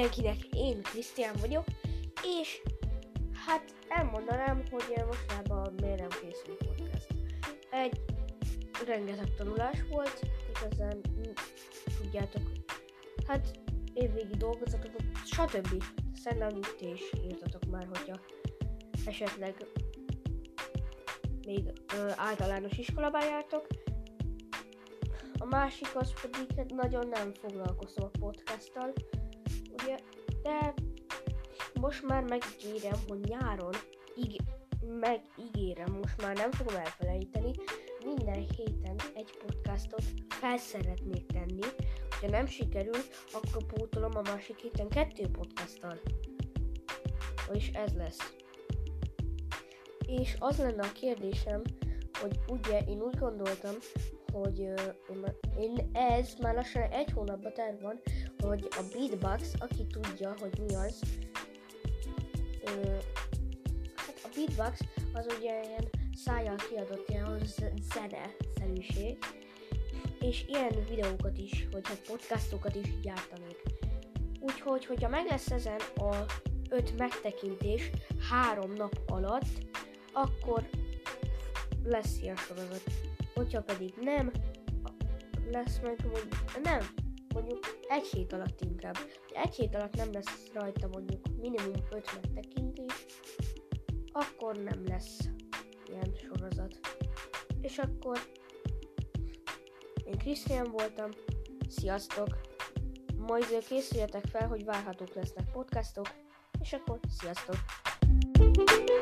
mindenkinek, én Krisztián vagyok, és hát elmondanám, hogy mostában miért nem készül podcast. Rengeteg tanulás volt, igazán tudjátok, hát évvégi dolgozatokat, stb. Szerintem ti is írtatok már, hogyha esetleg még általános iskolában jártok. A másik az pedig nagyon nem foglalkozom a podcasttal, ugye, de most már megígérem, hogy nyáron megígérem, most már nem fogom elfelejteni, minden héten egy podcastot fel szeretnék tenni. Ha nem sikerül, akkor pótolom a másik héten 2 podcasttal. Vagyis ez lesz. És az lenne a kérdésem, hogy ugye én úgy gondoltam, hogy ez már lassan 1 hónapban terv van, hogy a beatbox, aki tudja, hogy mi az, hát a beatbox az ugye ilyen szájjal kiadott ilyen zene-szerűség, és ilyen videókat is, vagy hát podcastokat is gyártanék. Úgyhogy, hogyha meg lesz ezen a 5 megtekintés 3 nap alatt, akkor lesz ilyen sorozat. Hogyha pedig nem, lesz meg, mondjuk 1 hét alatt inkább. Ha 1 hét alatt nem lesz rajta mondjuk minimum 5 megtekintés, akkor nem lesz ilyen sorozat. És akkor én Krisztián voltam, sziasztok! Majd készüljetek fel, hogy várhatók lesznek podcastok, és akkor sziasztok!